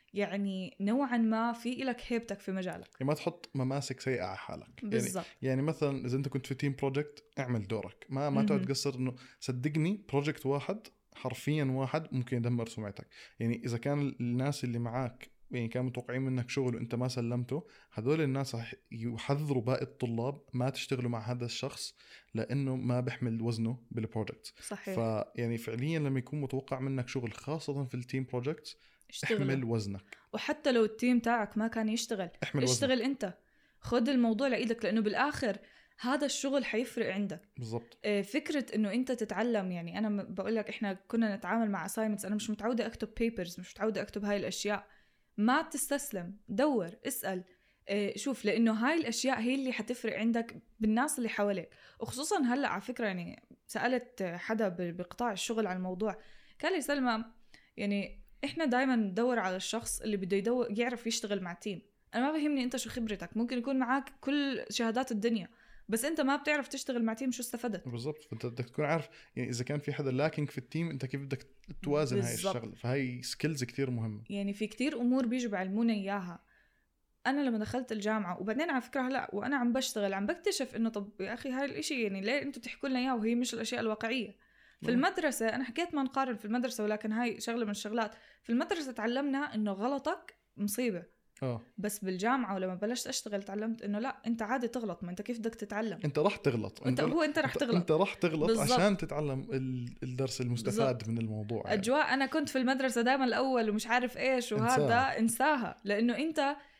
يعني نوعا ما في إلك هيبتك في مجالك. يعني ما تحط مماسك سيئة على حالك. بالضبط. يعني مثلا إذا أنت كنت في تيم بروجكت اعمل دورك، ما تقعد تقصر. إنه صدقني بروجكت واحد حرفيا واحد ممكن يدمر سمعتك. يعني إذا كان الناس اللي معاك يعني كانوا متوقعين منك شغل وانت ما سلمته، هذول الناس رح يحذروا باقي الطلاب ما تشتغلوا مع هذا الشخص لانه ما بيحمل وزنه بالبروجكت. صحيح. فيعني فعليا لما يكون متوقع منك شغل خاصة في التيم بروجكت احمل وزنك. وحتى لو التيم تاعك ما كان يشتغل اشتغل انت، خد الموضوع لإيدك، لانه بالاخر هذا الشغل حيفرق عندك. بالضبط. فكرة انه انت تتعلم. يعني انا بقول لك احنا كنا نتعامل مع assignments، انا مش متعودة اكتب papers، مش متعودة اكتب هاي الاشياء. ما تستسلم، دور، اسأل، شوف، لانه هاي الاشياء هي اللي حتفرق عندك بالناس اللي حواليك. وخصوصا هلأ على فكرة يعني سألت حدا بقطاع الشغل عن الموضوع، قال لي سلمى يعني احنا دايما ندور على الشخص اللي بده يعرف يشتغل مع تيم. انا ما بهمني انت شو خبرتك، ممكن يكون معك كل شهادات الدنيا بس انت ما بتعرف تشتغل مع تيم، شو استفدت؟ بالضبط. فانت بدك تكون عارف يعني اذا كان في حدا لاكينج في التيم انت كيف بدك توازن هاي الشغله. فهي سكيلز كتير مهمه. يعني في كتير امور بيجوا بعلمونا اياها. انا لما دخلت الجامعه وبعدين على فكره هلا وانا عم بشتغل عم بكتشف انه طب يا اخي هاي الاشي يعني ليه انتوا تحكوا لنا اياه وهي مش الاشياء الواقعيه. في المدرسه انا حكيت ما نقارن في المدرسه، ولكن هاي شغله من الشغلات. في المدرسه تعلمنا انه غلطك مصيبه. بس بالجامعة ولما بلشت أشتغل تعلمت إنه لا، أنت عادي تغلط، ما أنت كيف بدك تتعلم؟ أنت رح تغلط. أنت رح تغلط. أنت رح تغلط بالزبط. عشان تتعلم الدرس المستفاد بالزبط. من الموضوع يعني. أجواء أنا كنت في المدرسة دائما الأول ومش عارف إيش وهذا انساها. لأنه أنت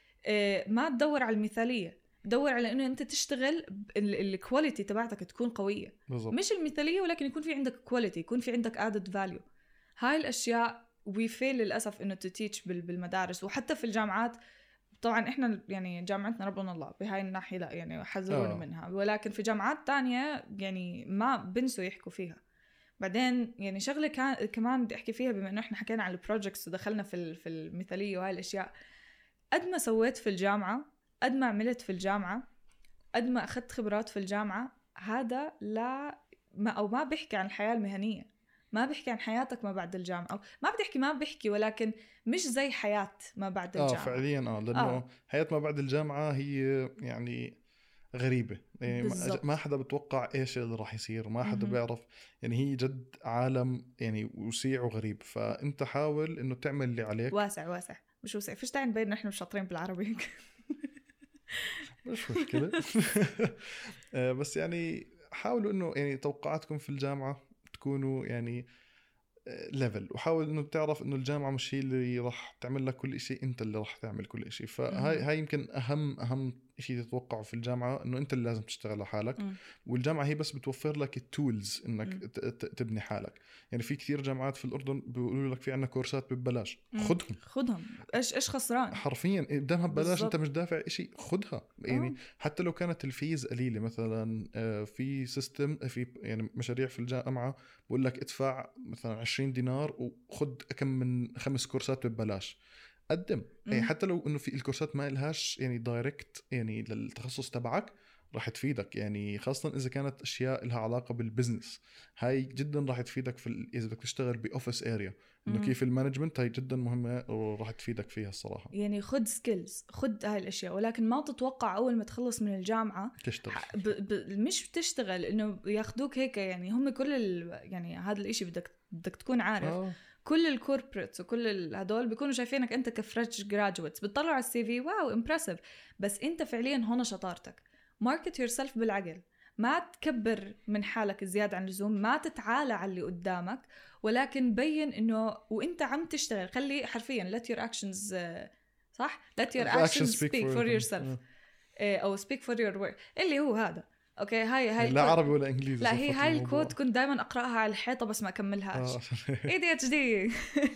ما تدور على المثالية، دور على إنه أنت تشتغل الكواليتي تبعتك تكون قوية بالزبط. مش المثالية، ولكن يكون في عندك كواليتي، يكون في عندك added value. هاي الأشياء ويفيل للأسف إنه تتيتش بالمدارس وحتى في الجامعات. طبعا إحنا يعني جامعتنا ربنا الله بهاي الناحية لا يعني حذرونا منها، ولكن في جامعات تانية يعني ما بنسوا يحكوا فيها. بعدين يعني شغلة كمان بدي أحكي فيها بما إنه إحنا حكينا عن البروجكتس ودخلنا في المثالية وهاي الأشياء. قد ما سويت في الجامعة، قد ما عملت في الجامعة، قد ما أخذت خبرات في الجامعة، هذا ما بيحكي عن الحياة المهنية، ما بيحكي عن حياتك ما بعد الجامعة. أو ما بيحكي ولكن مش زي حياة ما بعد الجامعة. فعليا لأنه حياة ما بعد الجامعة هي يعني غريبة. يعني ما حدا بتوقع إيش اللي راح يصير، ما حدا بيعرف. يعني هي جد عالم يعني وسيع وغريب. فأنت حاول إنه تعمل اللي عليك. واسع مش وسع. فيش داعي نبين إحنا مش شاطرين بالعربي. مش مشكلة. بس يعني حاولوا إنه يعني توقعاتكم في الجامعة تكونوا يعني ليفل، وحاول انه تعرف انه الجامعه مش هي اللي راح تعمل لك كل شيء، انت اللي راح تعمل كل شيء. فهاي يمكن اهم شيء تتوقعه في الجامعه، انه انت اللي لازم تشتغل لحالك. والجامعه هي بس بتوفر لك التولز انك تبني حالك. يعني في كثير جامعات في الاردن بيقولوا لك في عنا كورسات ببلاش، خدهم. ايش خسران؟ حرفيا قدامها ببلاش، انت مش دافع شيء، خدها. يعني حتى لو كانت الفيز قليله. مثلا في سيستم في يعني مشاريع في الجامعه بقول لك ادفع مثلا 20 دينار وخد كم من 5 كورسات ببلاش. قدم. يعني حتى لو انه في الكورسات ما لهاش يعني دايركت يعني للتخصص تبعك، راح تفيدك. يعني خاصة إذا كانت أشياء لها علاقة بالبزنس، هاي جدا راح تفيدك إذا بدك تشتغل بأوفيس أريا، إنه كيف المانجمنت، هاي جدا مهمة وراح تفيدك فيها الصراحة. يعني خد سكيلز، خد هاي الأشياء، ولكن ما تتوقع أول ما تخلص من الجامعة تشتغل. مش بتشتغل إنه ياخدوك هيك. يعني هم كل يعني هذا الإشي بدك تكون عارف كل الكوربريتس وكل هدول بيكونوا شايفينك انت كفريش جراجويتس، بتطلعوا على السي في واو امبرسيف، بس انت فعليا هون شطارتك. ماركت يور سيلف بالعقل، ما تكبر من حالك زيادة عن اللزوم، ما تتعالى على اللي قدامك، ولكن بين انه وانت عم تشتغل خلي حرفيا let your actions صح let your actions speak for yourself او speak for your work اللي هو هذا. اوكي هاي لا عربي ولا انجليزي. لا هاي الكود كنت دايما اقراها على الحيطه بس ما اكملهاش. ADHD.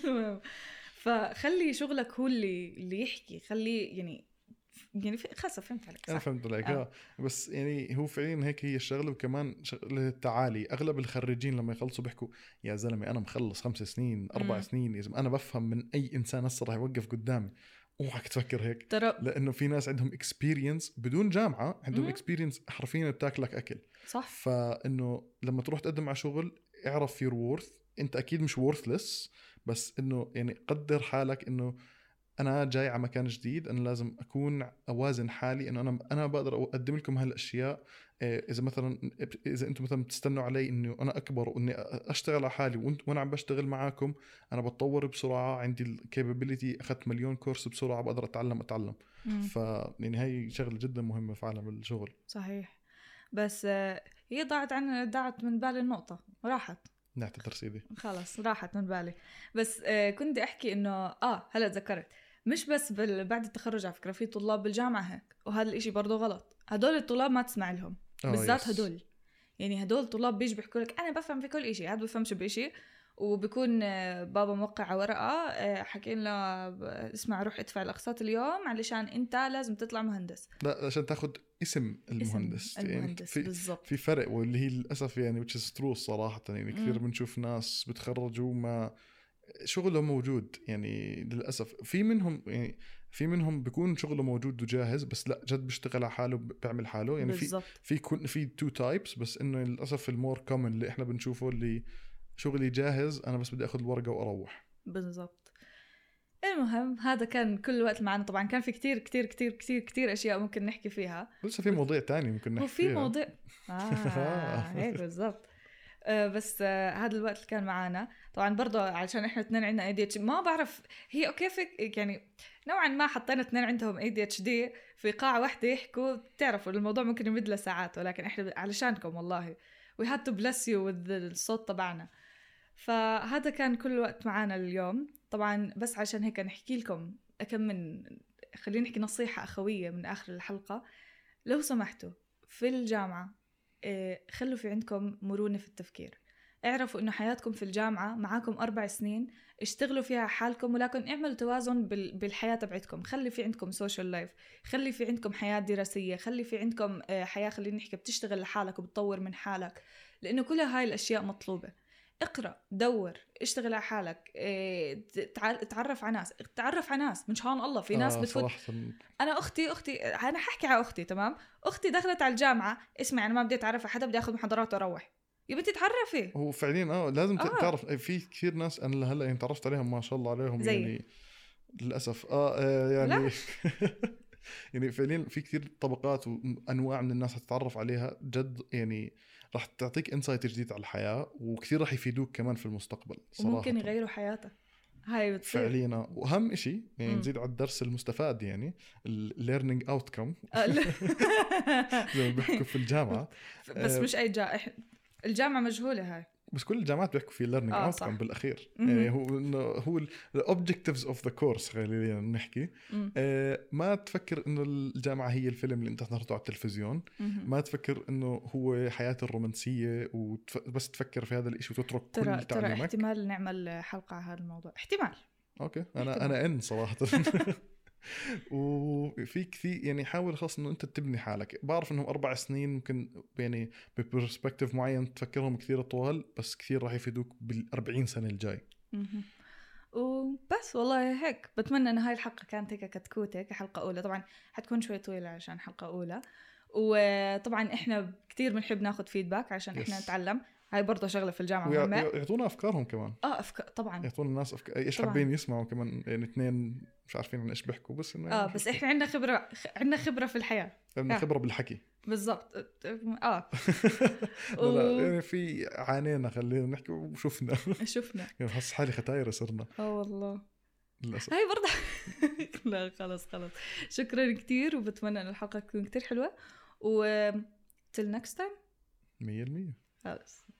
فخلي شغلك هو اللي يحكي، خلي يعني خلص فهمت عليك صح. انا فهمت عليك بس يعني هو فعليا هيك هي الشغله. وكمان شغله التعالي، اغلب الخريجين لما يخلصوا بيحكوا يا زلمه انا مخلص 5 سنين 4 سنين يا زلمه انا بفهم من اي انسان هسه راح يوقف قدامي. اوعك تفكر هيك لانه في ناس عندهم اكسبيرينس بدون جامعه، عندهم اكسبيرينس حرفيا بتاكلك اكل صح. فانه لما تروح تقدم على شغل اعرف يور وورث، انت اكيد مش وورثلس، بس انه يعني قدر حالك انه انا جاي على مكان جديد، انا لازم اكون اوازن حالي انه انا بقدر اقدم لكم هالاشياء. اذا انتم مثلا بتستنوا علي انه انا اكبر واني اشتغل على حالي وانا عم بشتغل معاكم انا بتطور بسرعه، عندي الكابابيليتي، اخذت مليون كورس بسرعه بقدر اتعلم. يعني هي شغله جدا مهمه في عالم الشغل. صحيح. بس هي ضاعت من بالي النقطه، راحت نعتذر سيدي، خلاص راحت من بالي. بس كنت احكي انه هلا تذكرت مش بس بعد التخرج على فكرة في طلاب بالجامعة هيك، وهذا الاشي برضو غلط. هدول الطلاب ما تسمع لهم بالذات هدول، يعني هدول طلاب بيجي بيحكوا لك أنا بفهم في كل إشي، هذا بفهمش بإشي، وبيكون بابا موقع ورقة حكين له اسمع روح ادفع الأقساط اليوم علشان أنت لازم تطلع مهندس. لا عشان تاخد اسم المهندس. يعني في فرق، واللي هي للأسف يعني which is true صراحة. يعني كثير بنشوف ناس بتخرجوا ما شغله موجود، يعني للأسف في منهم بيكون شغله موجود وجاهز بس لا جد بيشتغل على حاله بيعمل حاله. يعني في تو تايبس، بس انه للأسف المور كومن اللي احنا بنشوفه اللي شغلي جاهز انا بس بدي اخذ الورقة واروح. بالضبط. المهم هذا كان كل الوقت معنا. طبعا كان في كتير كتير كتير كتير كتير اشياء ممكن نحكي فيها، لسه في مواضيع تانية ممكن نحكي فيها. وفي مواضيع هيك بالضبط. بس هذا الوقت اللي كان معانا طبعا برضه علشان احنا اثنين عندنا ADHD. ما بعرف هي اوكي فيك يعني نوعا ما حطينا اثنين عندهم ADHD في قاعة واحدة يحكوا، تعرفوا الموضوع ممكن يمد لساعات، ولكن احنا علشانكم والله we had to bless you with الصوت تبعنا. فهذا كان كل الوقت معانا اليوم طبعا، بس عشان هيك نحكي لكم خلينا نحكي نصيحة أخوية من آخر الحلقة. لو سمحتوا في الجامعة خلوا في عندكم مرونة في التفكير. اعرفوا إنه حياتكم في الجامعة معاكم 4 سنين، اشتغلوا فيها حالكم، ولكن اعملوا توازن بالحياة تبعتكم. خلي في عندكم سوشيال لايف، خلي في عندكم حياة دراسية، خلي في عندكم حياة خلينا نحكي بتشتغل لحالك وبتطور من حالك، لأنه كل هاي الأشياء مطلوبة. اقرأ، دور، اشتغل على حالك، تعرف على ناس من شان الله. في ناس بتفوت. انا اختي انا ححكي على اختي تمام. اختي دخلت على الجامعه، اسمع انا ما بدي اتعرف على حدا، بدي اخذ محاضرات واروح. يا بنتي تعرفي. هو فعليا لازم تعرف. في كثير ناس انا هلا تعرفت عليهم ما شاء الله عليهم يعني للاسف يعني يعني فعليا في كثير طبقات وانواع من الناس هتتعرف عليها جد، يعني راح تعطيك انسايت جديد على الحياة، وكثير راح يفيدوك كمان في المستقبل صراحة. وممكن يغيروا حياتك. هاي بتصير فعليا. واهم شيء يعني نزيد على الدرس المستفاد، يعني learning outcome زي ما بيحكوا في الجامعة. بس مش اي الجامعة مجهولة هاي، بس كل الجامعات بيحكوا في learning outcome بالاخير. يعني هو objectives of the course خلينا نحكي. ما تفكر انه الجامعه هي الفيلم اللي انت حضرته على التلفزيون. ما تفكر انه هو حياه الرومانسيه بس تفكر في هذا الاشي وتترك كل تعليمك. ترى احتمال نعمل حلقه على هذا الموضوع، احتمال. اوكي انا صراحه وفي كثير يعني حاول خلاص انه انت تبني حالك. بعرف انهم 4 سنين ممكن يعني ببرسبكتيف معين تفكرهم كثير طوال، بس كثير راح يفيدوك بال40 سنه الجاي. وبس والله هيك بتمنى ان هاي الحلقه كانت هيك كتكوته كحلقه اولى. طبعا حتكون شوي طويله عشان حلقه اولى، وطبعا احنا كثير بنحب ناخذ فيدباك عشان احنا نتعلم. هاي برضه شغله في الجامعه مهمه. يعطونا افكارهم كمان. طبعا يعطونا الناس ايش حابين يسمعوا كمان. يعني 2 مش عارفين عن ايش بيحكوا، بس انه بس احنا عندنا خبره في الحياه، عندنا خبره بالحكي. بالضبط لا يعني في عانينا خلينا نحكي وشفنا شفنا يعني حس حالي ختايرة صرنا والله للأسف. هاي برضه لا خلص شكرا كتير، وبتمنى ان الحلقة تكون كتير حلوة، و till next time 100%. خلص.